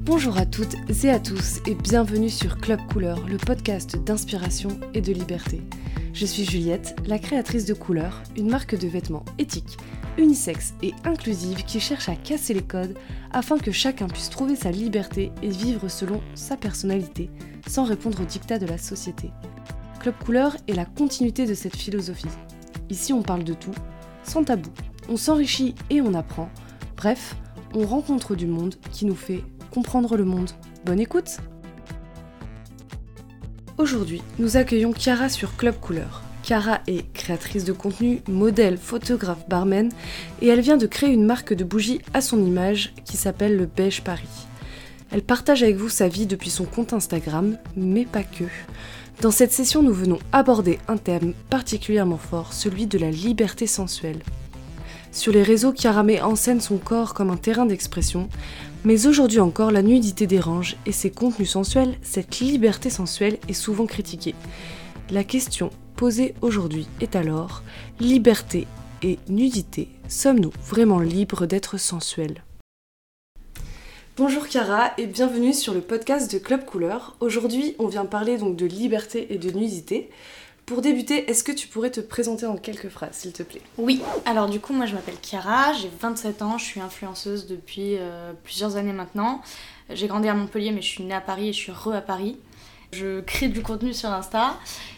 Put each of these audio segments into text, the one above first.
Bonjour à toutes et à tous et bienvenue sur Club Couleur, le podcast d'inspiration et de liberté. Je suis Juliette, la créatrice de Couleur, une marque de vêtements éthique, unisexe et inclusive qui cherche à casser les codes afin que chacun puisse trouver sa liberté et vivre selon sa personnalité, sans répondre aux dictats de la société. Club Couleur est la continuité de cette philosophie. Ici on parle de tout, sans tabou. On s'enrichit et on apprend. Bref, on rencontre du monde qui nous fait comprendre le monde. Bonne écoute! Aujourd'hui, nous accueillons Chiara sur Club Couleur. Chiara est créatrice de contenu, modèle, photographe, barman et elle vient de créer une marque de bougies à son image qui s'appelle le Beige Paris. Elle partage avec vous sa vie depuis son compte Instagram, mais pas que. Dans cette session, nous venons aborder un thème particulièrement fort, celui de la liberté sensuelle. Sur les réseaux, Chiara met en scène son corps comme un terrain d'expression, mais aujourd'hui encore, la nudité dérange et ses contenus sensuels, cette liberté sensuelle est souvent critiquée. La question posée aujourd'hui est alors, liberté et nudité, sommes-nous vraiment libres d'être sensuels ? Bonjour Chiara et bienvenue sur le podcast de Club Couleur. Aujourd'hui, on vient parler donc de liberté et de nudité. Pour débuter, est-ce que tu pourrais te présenter en quelques phrases, s'il te plaît ? Oui, alors du coup, moi je m'appelle Chiara, j'ai 27 ans, je suis influenceuse depuis plusieurs années maintenant. J'ai grandi à Montpellier, mais je suis née à Paris et je suis à Paris. Je crée du contenu sur Insta.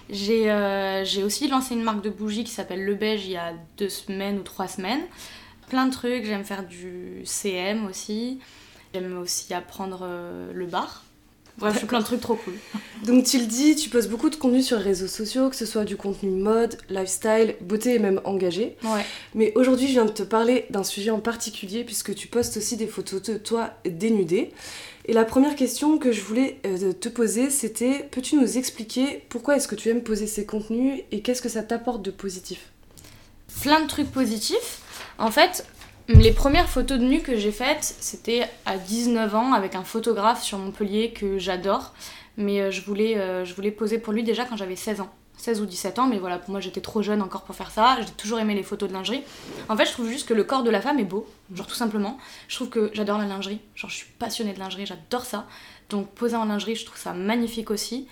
J'ai aussi lancé une marque de bougies qui s'appelle Le Beige il y a 2 semaines ou 3 semaines. Plein de trucs, j'aime faire du CM aussi. J'aime aussi apprendre le bar. Bref, je fais plein de trucs trop cool. Donc tu le dis, tu postes beaucoup de contenu sur les réseaux sociaux, que ce soit du contenu mode, lifestyle, beauté et même engagé. Ouais. Mais aujourd'hui, je viens de te parler d'un sujet en particulier puisque tu postes aussi des photos de toi dénudée. Et la première question que je voulais te poser, c'était, peux-tu nous expliquer pourquoi est-ce que tu aimes poser ces contenus et qu'est-ce que ça t'apporte de positif ? Plein de trucs positifs. En fait, les premières photos de nu que j'ai faites, c'était à 19 ans avec un photographe sur Montpellier que j'adore. Mais je voulais poser pour lui déjà quand j'avais 16 ans. 16 ou 17 ans, mais voilà, pour moi j'étais trop jeune encore pour faire ça. J'ai toujours aimé les photos de lingerie. En fait, je trouve juste que le corps de la femme est beau, genre tout simplement. Je trouve que j'adore la lingerie, genre je suis passionnée de lingerie, j'adore ça. Donc poser en lingerie, je trouve ça magnifique aussi.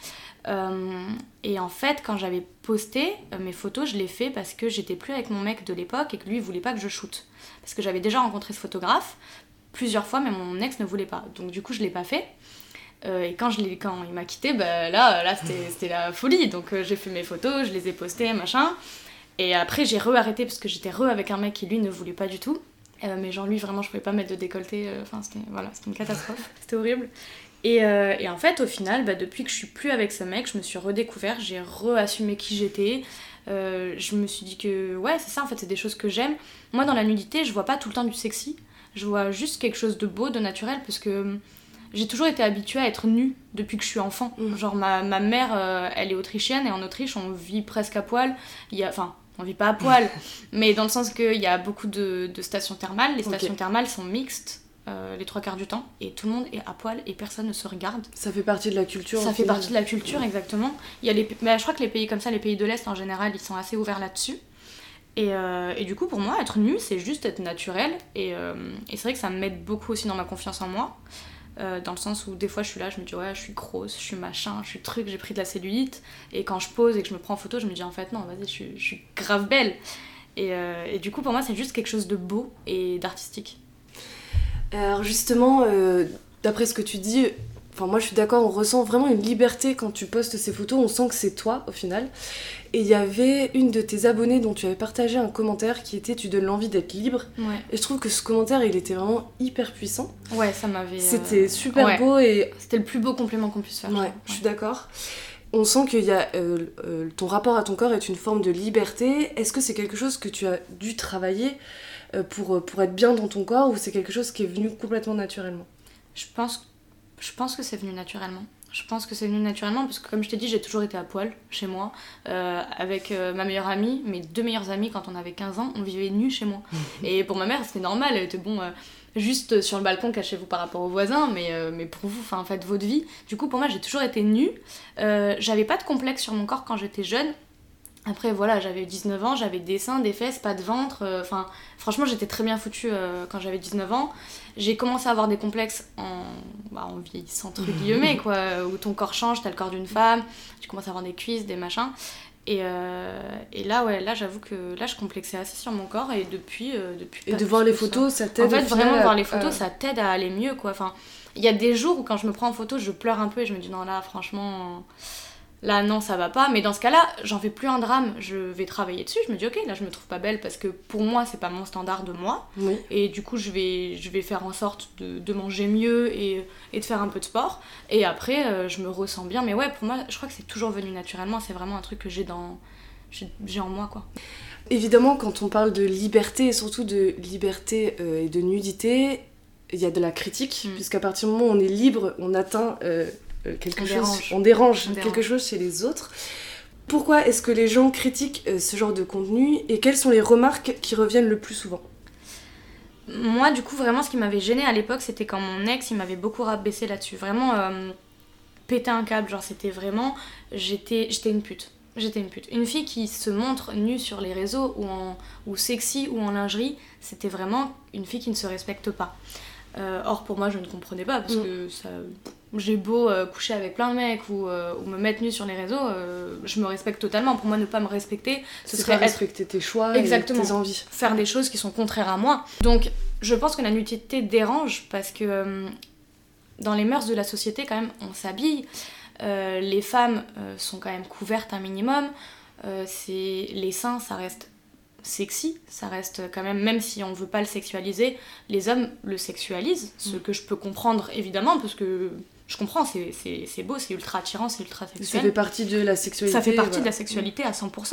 Et en fait, quand j'avais posté mes photos, je l'ai fait parce que j'étais plus avec mon mec de l'époque et que lui il voulait pas que je shoote. Parce que j'avais déjà rencontré ce photographe plusieurs fois, mais mon ex ne voulait pas. Donc du coup, je l'ai pas fait. Et quand il m'a quittée, là c'était la folie. Donc j'ai fait mes photos, je les ai postées, machin. Et après, j'ai arrêté parce que j'étais avec un mec qui lui ne voulait pas du tout. Mais genre lui, vraiment, je pouvais pas mettre de décolleté. C'était une catastrophe. C'était horrible. Et en fait, au final, depuis que je suis plus avec ce mec, je me suis redécouvert, j'ai assumé qui j'étais. Je me suis dit que ouais, c'est ça en fait, c'est des choses que j'aime. Moi, dans la nudité, je vois pas tout le temps du sexy. Je vois juste quelque chose de beau, de naturel, parce que j'ai toujours été habituée à être nue depuis que je suis enfant. Genre ma mère, elle est autrichienne et en Autriche, on vit presque à poil. On vit pas à poil, mais dans le sens qu'il y a beaucoup de stations thermales. Les stations thermales sont mixtes. Les 3/4 du temps et tout le monde est à poil et personne ne se regarde. Ça fait partie de la culture. Ça fait partie de la culture, exactement. Il y a je crois que les pays comme ça, les pays de l'Est en général, ils sont assez ouverts là-dessus. Et du coup, pour moi, être nue, c'est juste être naturel. Et c'est vrai que ça m'aide beaucoup aussi dans ma confiance en moi. Dans le sens où des fois, je suis là, je me dis ouais, je suis grosse, je suis machin, je suis truc, j'ai pris de la cellulite. Et quand je pose et que je me prends en photo, je me dis en fait non, vas-y, je suis grave belle. Et du coup, pour moi, c'est juste quelque chose de beau et d'artistique. Alors justement, d'après ce que tu dis, moi je suis d'accord, on ressent vraiment une liberté quand tu postes ces photos, on sent que c'est toi au final. Et il y avait une de tes abonnées dont tu avais partagé un commentaire qui était « Tu donnes l'envie d'être libre ». Ouais. Et je trouve que ce commentaire, il était vraiment hyper puissant. Ouais, ça m'avait... C'était super beau et... C'était le plus beau compliment qu'on puisse faire. Ouais, je suis d'accord. On sent qu'il y a... ton rapport à ton corps est une forme de liberté. Est-ce que c'est quelque chose que tu as dû travailler pour être bien dans ton corps ou c'est quelque chose qui est venu complètement naturellement ? Je pense que c'est venu naturellement. Je pense que c'est venu naturellement parce que comme je t'ai dit, j'ai toujours été à poil chez moi avec ma meilleure amie, mes 2 meilleures amies quand on avait 15 ans, on vivait nus chez moi. Et pour ma mère, c'était normal, elle était juste sur le balcon, cachez-vous par rapport aux voisins, mais pour vous, faites votre vie. Du coup, pour moi, j'ai toujours été nue. J'avais pas de complexe sur mon corps quand j'étais jeune. Après voilà, j'avais 19 ans, j'avais des seins, des fesses, pas de ventre, enfin franchement j'étais très bien foutue quand j'avais 19 ans. J'ai commencé à avoir des complexes en vieillissant entre guillemets quoi, où ton corps change, t'as le corps d'une femme, tu commences à avoir des cuisses, des machins. Et là ouais, là j'avoue que là je complexais assez sur mon corps et depuis et de voir les photos ça t'aide en fait vraiment voir les photos ça t'aide à aller mieux quoi. Enfin il y a des jours où quand je me prends en photo je pleure un peu et je me dis non là franchement là non ça va pas, mais dans ce cas là j'en fais plus un drame, je vais travailler dessus, je me dis ok là je me trouve pas belle parce que pour moi c'est pas mon standard de moi, oui. Et du coup je vais faire en sorte de manger mieux et de faire un peu de sport et après je me ressens bien, mais ouais pour moi je crois que c'est toujours venu naturellement, c'est vraiment un truc que j'ai en moi quoi. Évidemment quand on parle de liberté et surtout de liberté et chose, il y a de la critique puisqu'à partir du moment où on est libre on atteint quelque chose, on dérange quelque chose chez les autres. Pourquoi est-ce que les gens critiquent ce genre de contenu et quelles sont les remarques qui reviennent le plus souvent? Moi du coup vraiment ce qui m'avait gênée à l'époque c'était quand mon ex il m'avait beaucoup rabaissé là-dessus, vraiment pété un câble, genre c'était vraiment j'étais une pute. Une fille qui se montre nue sur les réseaux ou sexy ou en lingerie, c'était vraiment une fille qui ne se respecte pas. Or pour moi je ne comprenais pas parce que ça, j'ai beau coucher avec plein de mecs ou me mettre nue sur les réseaux, je me respecte totalement. Pour moi ne pas me respecter ce serait respecter tes choix et tes envies, faire des choses qui sont contraires à moi. Donc je pense que la nudité dérange parce que dans les mœurs de la société quand même on s'habille, les femmes sont quand même couvertes un minimum, les seins ça reste sexy, ça reste quand même si on veut pas le sexualiser, les hommes le sexualisent, ce que je peux comprendre évidemment parce que je comprends, c'est beau, c'est ultra attirant, c'est ultra sexuel. Ça fait partie de la sexualité. Ça fait partie de la sexualité à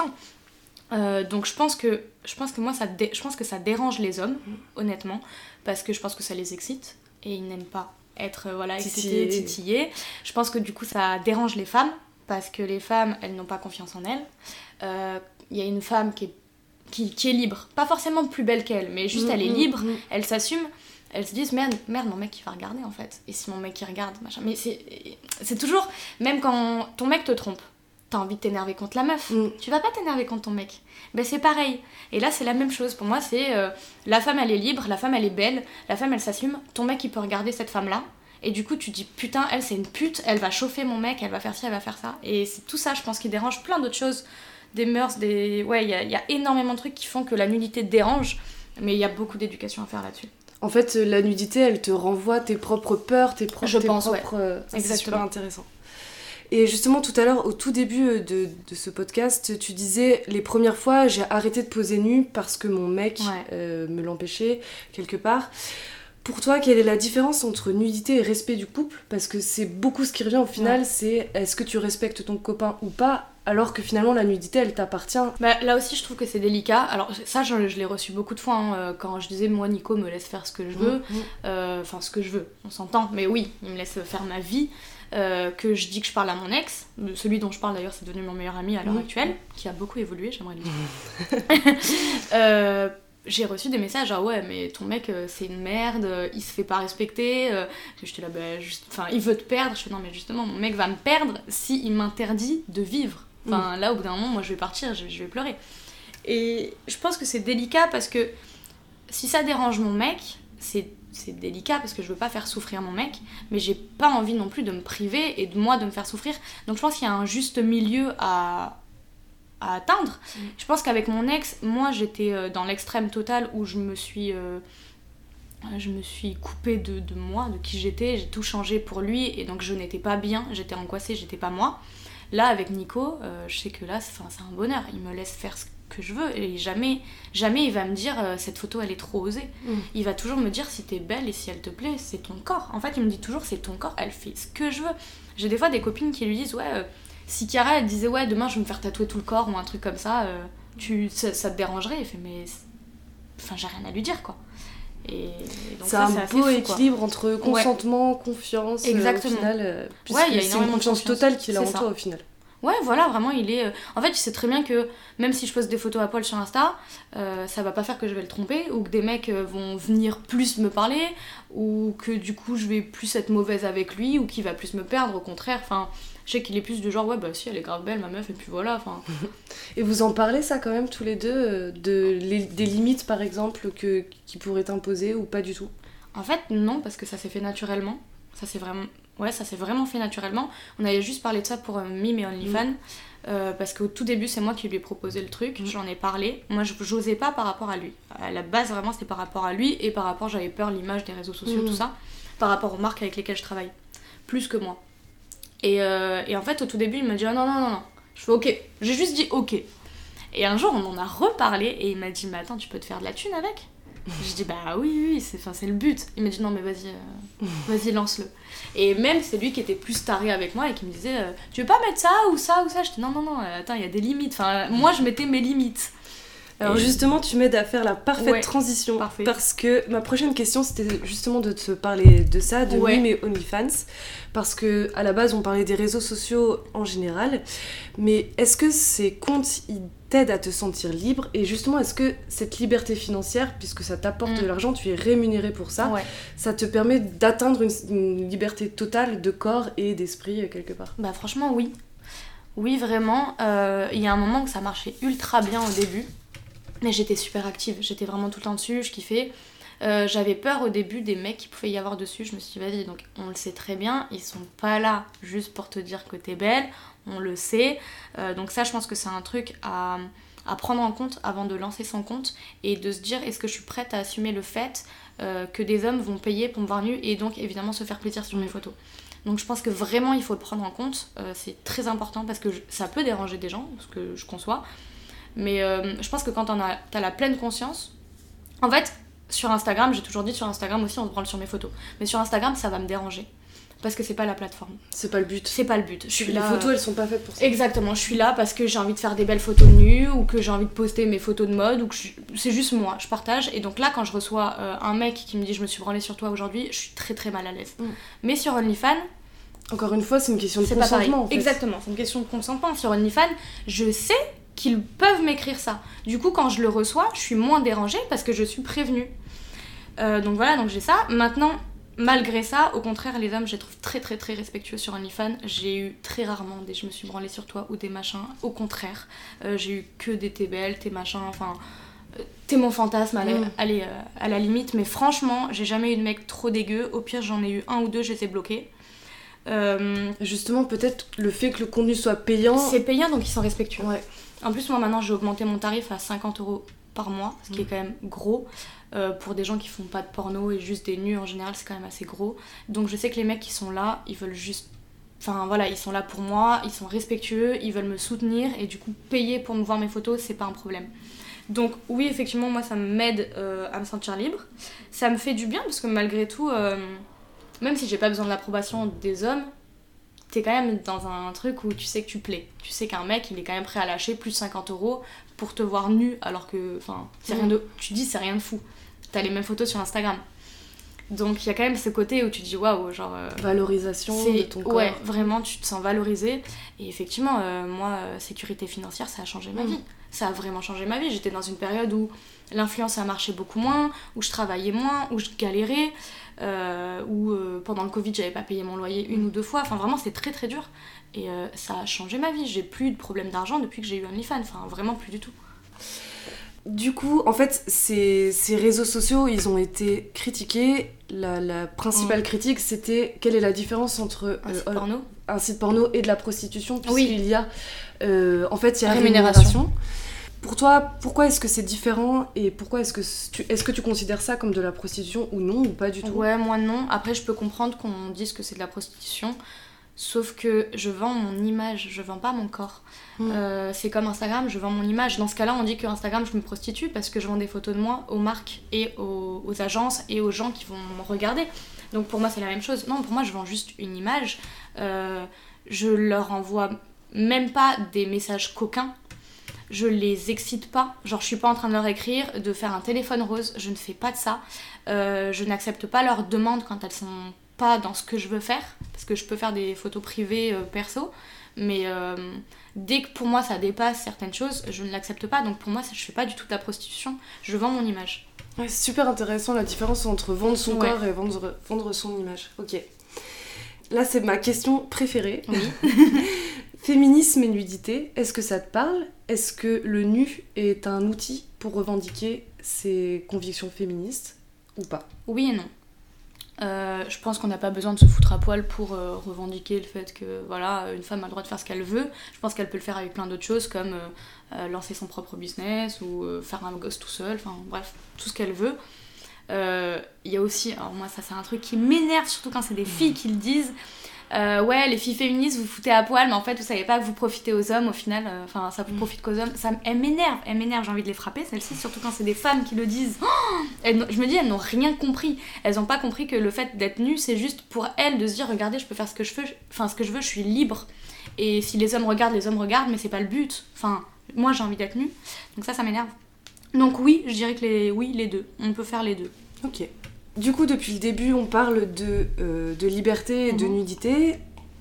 100%. Donc je pense que moi je pense que ça dérange les hommes, honnêtement, parce que je pense que ça les excite et ils n'aiment pas être excités, titillés. Je pense que du coup ça dérange les femmes parce que les femmes elles n'ont pas confiance en elles. Il y a une femme qui est libre, pas forcément plus belle qu'elle, mais juste elle est libre, elle s'assume, elles se disent merde mon mec il va regarder en fait, et si mon mec il regarde machin, mais c'est toujours, même quand ton mec te trompe, t'as envie de t'énerver contre la meuf, tu vas pas t'énerver contre ton mec, ben c'est pareil, et là c'est la même chose, pour moi c'est la femme elle est libre, la femme elle est belle, la femme elle s'assume, ton mec il peut regarder cette femme là, et du coup tu te dis putain elle c'est une pute, elle va chauffer mon mec, elle va faire ci, elle va faire ça, et c'est tout ça je pense qui dérange plein d'autres choses, des mœurs, ouais, il y a énormément de trucs qui font que la nudité te dérange, mais il y a beaucoup d'éducation à faire là-dessus. En fait, la nudité, elle te renvoie tes propres peurs, tes propres... Ouais. C'est super intéressant. Et justement, tout à l'heure, au tout début de ce podcast, tu disais, les premières fois, j'ai arrêté de poser nue parce que mon mec me l'empêchait, quelque part. Pour toi, quelle est la différence entre nudité et respect du couple ? Parce que c'est beaucoup ce qui revient au final, c'est est-ce que tu respectes ton copain ou pas ? Alors que finalement la nudité elle t'appartient. Bah, là aussi je trouve que c'est délicat. Alors ça je l'ai reçu beaucoup de fois quand je disais moi Nico me laisse faire ce que je veux. Enfin ce que je veux, on s'entend. Mais oui, il me laisse faire ma vie. Que je dis que je parle à mon ex. Celui dont je parle d'ailleurs c'est devenu mon meilleur ami à l'heure actuelle. Qui a beaucoup évolué, j'aimerais le dire. J'ai reçu des messages genre ouais mais ton mec c'est une merde, il se fait pas respecter. J'étais là il veut te perdre. Je fais non mais justement mon mec va me perdre si il m'interdit de vivre. Enfin, là, au bout d'un moment, moi, je vais partir, je vais pleurer. Et je pense que c'est délicat parce que si ça dérange mon mec, c'est délicat parce que je veux pas faire souffrir mon mec, mais j'ai pas envie non plus de me priver et de moi de me faire souffrir. Donc je pense qu'il y a un juste milieu à atteindre. Je pense qu'avec mon ex, moi, j'étais dans l'extrême total où je me suis coupée de moi, de qui j'étais, j'ai tout changé pour lui et donc je n'étais pas bien, j'étais angoissée, j'étais pas moi. Là, avec Nico, je sais que là, c'est un bonheur. Il me laisse faire ce que je veux et jamais il va me dire cette photo, elle est trop osée. Il va toujours me dire si t'es belle et si elle te plaît, c'est ton corps. En fait, il me dit toujours c'est ton corps, elle fait ce que je veux. J'ai des fois des copines qui lui disent ouais, si Chiara elle disait ouais, demain je vais me faire tatouer tout le corps ou un truc comme ça, ça te dérangerait. Il fait mais enfin, j'ai rien à lui dire quoi. Et donc c'est un beau équilibre entre consentement, confiance, exactement. Au final, puisque il y a c'est une confiance totale qu'il a en toi au final. Ouais, voilà, vraiment, il est... En fait, il sait très bien que même si je poste des photos à poil sur Insta, ça va pas faire que je vais le tromper, ou que des mecs vont venir plus me parler, ou que du coup, je vais plus être mauvaise avec lui, ou qu'il va plus me perdre, au contraire. Enfin, Je sais qu'il est plus du genre, ouais, bah si, elle est grave belle, ma meuf, et puis voilà, enfin... Et vous en parlez ça quand même tous les deux, des limites par exemple qui pourraient t'imposer ou pas du tout? En fait, non, parce que ça s'est fait naturellement. Ça s'est vraiment fait naturellement. On avait juste parlé de ça pour Mime et OnlyFans. Parce qu'au tout début, c'est moi qui lui ai proposé le truc. J'en ai parlé. Moi, j'osais pas par rapport à lui. À la base, vraiment, c'était par rapport à lui. Et par rapport, j'avais peur, l'image des réseaux sociaux, tout ça. Par rapport aux marques avec lesquelles je travaille. Plus que moi. Et en fait, au tout début, il m'a dit oh, non. Je fais ok. J'ai juste dit ok. Et un jour, on en a reparlé. Et il m'a dit mais attends, tu peux te faire de la thune avec? Je dis bah oui, c'est le but. Il m'a dit non mais vas-y lance-le. Et même c'est lui qui était plus taré avec moi et qui me disait tu veux pas mettre ça ou ça ou ça. Je dis non attends, il y a des limites. Enfin moi je mettais mes limites. Alors justement tu m'aides à faire la parfaite transition. Parfait. Parce que ma prochaine question c'était justement de te parler de ça, de Mime et OnlyFans. Parce que à la base on parlait des réseaux sociaux en général. Mais est-ce que ces comptes ils t'aide à te sentir libre et justement est-ce que cette liberté financière, puisque ça t'apporte de l'argent, tu es rémunéré pour ça, ça te permet d'atteindre une liberté totale de corps et d'esprit quelque part? Bah franchement oui vraiment, il y a un moment que ça marchait ultra bien au début mais j'étais super active, j'étais vraiment tout le temps dessus, je kiffais. J'avais peur au début des mecs qu'il pouvait y avoir dessus, je me suis dit vas-y, donc on le sait très bien, ils sont pas là juste pour te dire que t'es belle, on le sait, donc ça je pense que c'est un truc à prendre en compte avant de lancer son compte et de se dire est-ce que je suis prête à assumer le fait que des hommes vont payer pour me voir nue et donc évidemment se faire plaisir sur mes photos. Donc je pense que vraiment il faut le prendre en compte, c'est très important parce que ça peut déranger des gens, ce que je conçois, mais je pense que quand t'as la pleine conscience, en fait sur Instagram, j'ai toujours dit sur Instagram aussi on se branle sur mes photos, mais sur Instagram ça va me déranger parce que c'est pas la plateforme. C'est pas le but. C'est pas le but. Les photos elles sont pas faites pour ça. Exactement, je suis là parce que j'ai envie de faire des belles photos nues ou que j'ai envie de poster mes photos de mode ou que c'est juste moi, je partage. Et donc là quand je reçois un mec qui me dit je me suis branlée sur toi aujourd'hui, je suis très très mal à l'aise. Mais sur OnlyFans, encore une fois c'est une question de consentement en fait. Exactement, c'est une question de consentement. Sur OnlyFans, je sais qu'ils peuvent m'écrire ça. Du coup quand je le reçois, je suis moins dérangée parce que je suis prévenue. Donc voilà, donc j'ai ça. Maintenant, malgré ça, au contraire, les hommes, je les trouve très très très respectueux sur OnlyFans. J'ai eu très rarement des je me suis branlée sur toi ou des machins. Au contraire, j'ai eu que des t'es belle, t'es machin, enfin t'es mon fantasme, allez, à la limite. Mais franchement, j'ai jamais eu de mec trop dégueu. Au pire, j'en ai eu un ou deux, je les ai bloqués. Justement, peut-être le fait que le contenu soit payant. C'est payant, donc ils sont respectueux. Ouais. En plus, moi maintenant, j'ai augmenté mon tarif à 50 € par mois, ce qui est quand même gros. Pour des gens qui font pas de porno et juste des nus en général, c'est quand même assez gros. Donc je sais que les mecs qui sont là, ils veulent juste... Enfin voilà, ils sont là pour moi, ils sont respectueux, ils veulent me soutenir et du coup payer pour me voir mes photos, c'est pas un problème. Donc oui, effectivement, moi ça m'aide à me sentir libre. Ça me fait du bien parce que malgré tout, même si j'ai pas besoin de l'approbation des hommes, t'es quand même dans un truc où tu sais que tu plais. Tu sais qu'un mec, il est quand même prêt à lâcher plus de 50 € pour te voir nu, alors que, enfin, tu dis c'est rien de fou. T'as les mêmes photos sur Instagram. Donc il y a quand même ce côté où tu dis waouh, genre... valorisation de ton corps. Ouais, vraiment, tu te sens valorisé. Et effectivement, moi, sécurité financière, ça a changé ma vie. Ça a vraiment changé ma vie. J'étais dans une période où l'influence a marché beaucoup moins, où je travaillais moins, où je galérais, où pendant le Covid, j'avais pas payé mon loyer 1 ou 2 fois. Enfin, vraiment, c'était très très dur. Et ça a changé ma vie. J'ai plus de problème d'argent depuis que j'ai eu OnlyFans. Enfin, vraiment plus du tout. Du coup, en fait, ces réseaux sociaux, ils ont été critiqués. La principale critique, c'était quelle est la différence entre un site porno et de la prostitution, puisqu'il y a en fait, il y a rémunération. Pour toi, pourquoi est-ce que c'est différent et pourquoi est-ce que tu considères ça comme de la prostitution ou non, ou pas du tout? Ouais, moi non. Après, je peux comprendre qu'on dise que c'est de la prostitution. Sauf que je vends mon image, je vends pas mon corps. C'est comme Instagram, je vends mon image. Dans ce cas-là, on dit que Instagram, je me prostitue parce que je vends des photos de moi aux marques et aux agences et aux gens qui vont me regarder. Donc pour moi, c'est la même chose. Non, pour moi, je vends juste une image. Je leur envoie même pas des messages coquins. Je les excite pas. Genre, je suis pas en train de leur écrire, de faire un téléphone rose. Je ne fais pas de ça. Je n'accepte pas leurs demandes quand elles sont pas dans ce que je veux faire, parce que je peux faire des photos privées perso, mais dès que pour moi ça dépasse certaines choses, je ne l'accepte pas. Donc pour moi, je fais pas du tout de la prostitution, je vends mon image. Ouais, c'est super intéressant la différence entre vendre son corps et vendre son image. Ok. là c'est ma question préférée. Oui. Féminisme et nudité, est-ce que ça te parle ? Est-ce que le nu est un outil pour revendiquer ses convictions féministes ou pas ? Oui et non. Je pense qu'on n'a pas besoin de se foutre à poil pour revendiquer le fait que voilà, une femme a le droit de faire ce qu'elle veut. Je pense qu'elle peut le faire avec plein d'autres choses comme lancer son propre business ou faire un gosse tout seul, enfin bref, tout ce qu'elle veut. Il y a aussi, alors moi ça c'est un truc qui m'énerve, surtout quand c'est des filles qui le disent. Ouais, les filles féministes, vous foutez à poil, mais en fait, vous savez pas que vous profitez aux hommes, au final, enfin, ça vous profite qu'aux hommes. Elle m'énerve, j'ai envie de les frapper, celles-ci, surtout quand c'est des femmes qui le disent. Je me dis, elles n'ont rien compris. Elles n'ont pas compris que le fait d'être nue, c'est juste pour elles de se dire, regardez, je peux faire ce que je veux, je suis libre. Et si les hommes regardent, mais c'est pas le but. Enfin, moi, j'ai envie d'être nue, donc ça m'énerve. Donc oui, je dirais que les deux. On peut faire les deux. Ok. Du coup, depuis le début, on parle de liberté et de nudité.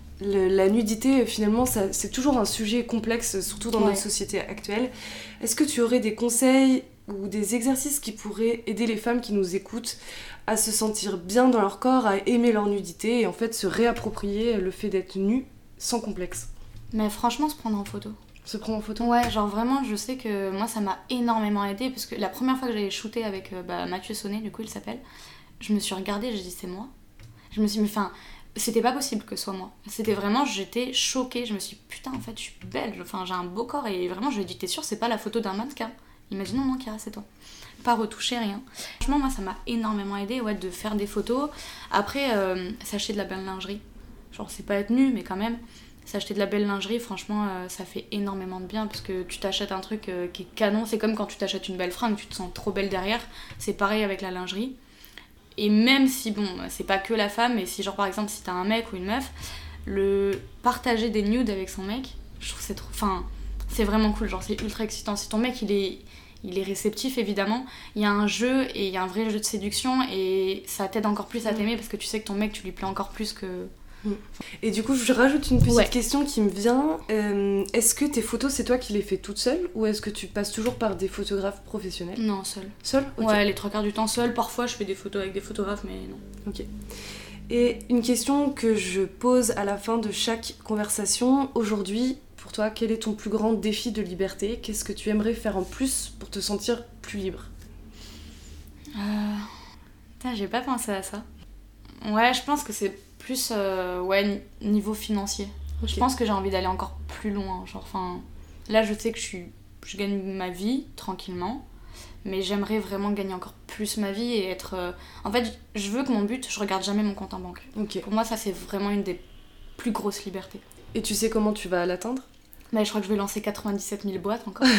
La nudité, finalement, c'est toujours un sujet complexe, surtout dans notre société actuelle. Est-ce que tu aurais des conseils ou des exercices qui pourraient aider les femmes qui nous écoutent à se sentir bien dans leur corps, à aimer leur nudité et en fait se réapproprier le fait d'être nue sans complexe ? Mais franchement, se prendre en photo. Se prendre en photo ? Ouais, genre vraiment, je sais que moi, ça m'a énormément aidée parce que la première fois que j'avais shooté avec Mathieu Sonnet, du coup, il s'appelle, je me suis regardée, j'ai dit c'est moi. Je me suis dit, enfin, c'était pas possible que ce soit moi. C'était vraiment, j'étais choquée. Je me suis dit, putain, en fait, je suis belle. Enfin, j'ai un beau corps. Et vraiment, je lui ai dit, t'es sûre, c'est pas la photo d'un mannequin ? Il m'a dit, non, Chiara, c'est toi. Pas retouché, rien. Franchement, moi, ça m'a énormément aidée, ouais, de faire des photos. Après, s'acheter de la belle lingerie. Genre, c'est pas être nue, mais quand même. S'acheter de la belle lingerie, franchement, ça fait énormément de bien parce que tu t'achètes un truc qui est canon. C'est comme quand tu t'achètes une belle fringue, tu te sens trop belle derrière. C'est pareil avec la lingerie. Et même si, bon, c'est pas que la femme, mais si, genre, par exemple, si t'as un mec ou une meuf, le partager des nudes avec son mec, je trouve que c'est trop... Enfin, c'est vraiment cool, genre, c'est ultra excitant. Si ton mec, il est réceptif, évidemment, il y a un jeu et il y a un vrai jeu de séduction et ça t'aide encore plus à t'aimer parce que tu sais que ton mec, tu lui plais encore plus que... Et du coup, je rajoute une petite question qui me vient. Est-ce que tes photos, c'est toi qui les fais toute seule ou est-ce que tu passes toujours par des photographes professionnels ? Non, seule. Seule ? Okay. Ouais, les 3/4 du temps seule. Parfois, je fais des photos avec des photographes, mais non. Ok. Et une question que je pose à la fin de chaque conversation. Aujourd'hui, pour toi, quel est ton plus grand défi de liberté ? Qu'est-ce que tu aimerais faire en plus pour te sentir plus libre ? Putain, j'ai pas pensé à ça. Ouais, je pense que c'est plus niveau financier. Okay. Je pense que j'ai envie d'aller encore plus loin. Genre, là, je sais que je gagne ma vie tranquillement, mais j'aimerais vraiment gagner encore plus ma vie et être... En fait, je veux que mon but, je regarde jamais mon compte en banque. Okay. Pour moi, ça, c'est vraiment une des plus grosses libertés. Et tu sais comment tu vas l'atteindre ? Je crois que je vais lancer 97 000 boîtes encore.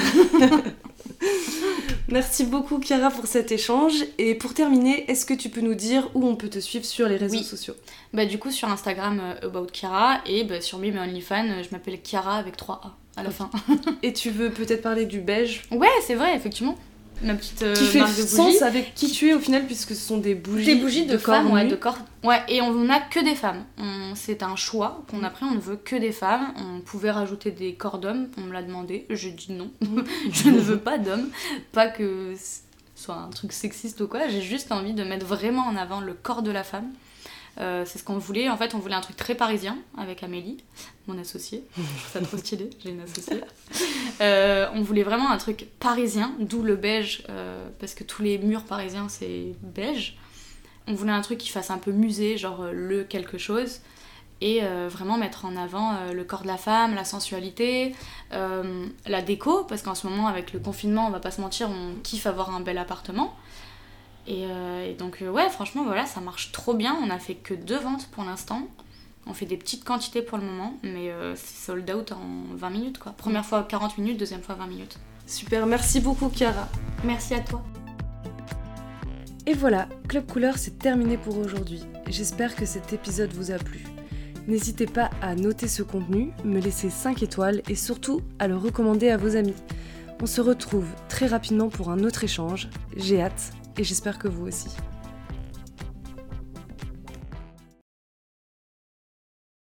Merci beaucoup Chiara pour cet échange. Et pour terminer, est-ce que tu peux nous dire où on peut te suivre sur les réseaux sociaux ? Du coup sur Instagram About Chiara et sur mes OnlyFans, je m'appelle Chiara avec 3 A à la fin. Et tu veux peut-être parler du beige ? Ouais, c'est vrai, effectivement. Ma petite qui fait marque de bougies. Sens avec qui tu es au final puisque ce sont des bougies de femmes, de corps. Ouais, et on n'a que des femmes. C'est un choix qu'on a pris, on ne veut que des femmes. On pouvait rajouter des corps d'hommes, on me l'a demandé. J'ai dit non, je ne veux pas d'hommes. Pas que ce soit un truc sexiste ou quoi, j'ai juste envie de mettre vraiment en avant le corps de la femme. C'est ce qu'on voulait. En fait, on voulait un truc très parisien avec Amélie, mon associée. Je trouve ça trop stylé, j'ai une associée. On voulait vraiment un truc parisien, d'où le beige, parce que tous les murs parisiens, c'est beige. On voulait un truc qui fasse un peu musée, genre le quelque chose. Et vraiment mettre en avant le corps de la femme, la sensualité, la déco, parce qu'en ce moment, avec le confinement, on va pas se mentir, on kiffe avoir un bel appartement. Et donc, franchement, voilà, ça marche trop bien. On n'a fait que 2 ventes pour l'instant. On fait des petites quantités pour le moment, mais c'est sold out en 20 minutes, quoi. Première fois 40 minutes, deuxième fois 20 minutes. Super, merci beaucoup, Chiara. Merci à toi. Et voilà, Club Couleur, c'est terminé pour aujourd'hui. J'espère que cet épisode vous a plu. N'hésitez pas à noter ce contenu, me laisser 5 étoiles et surtout à le recommander à vos amis. On se retrouve très rapidement pour un autre échange. J'ai hâte. Et j'espère que vous aussi.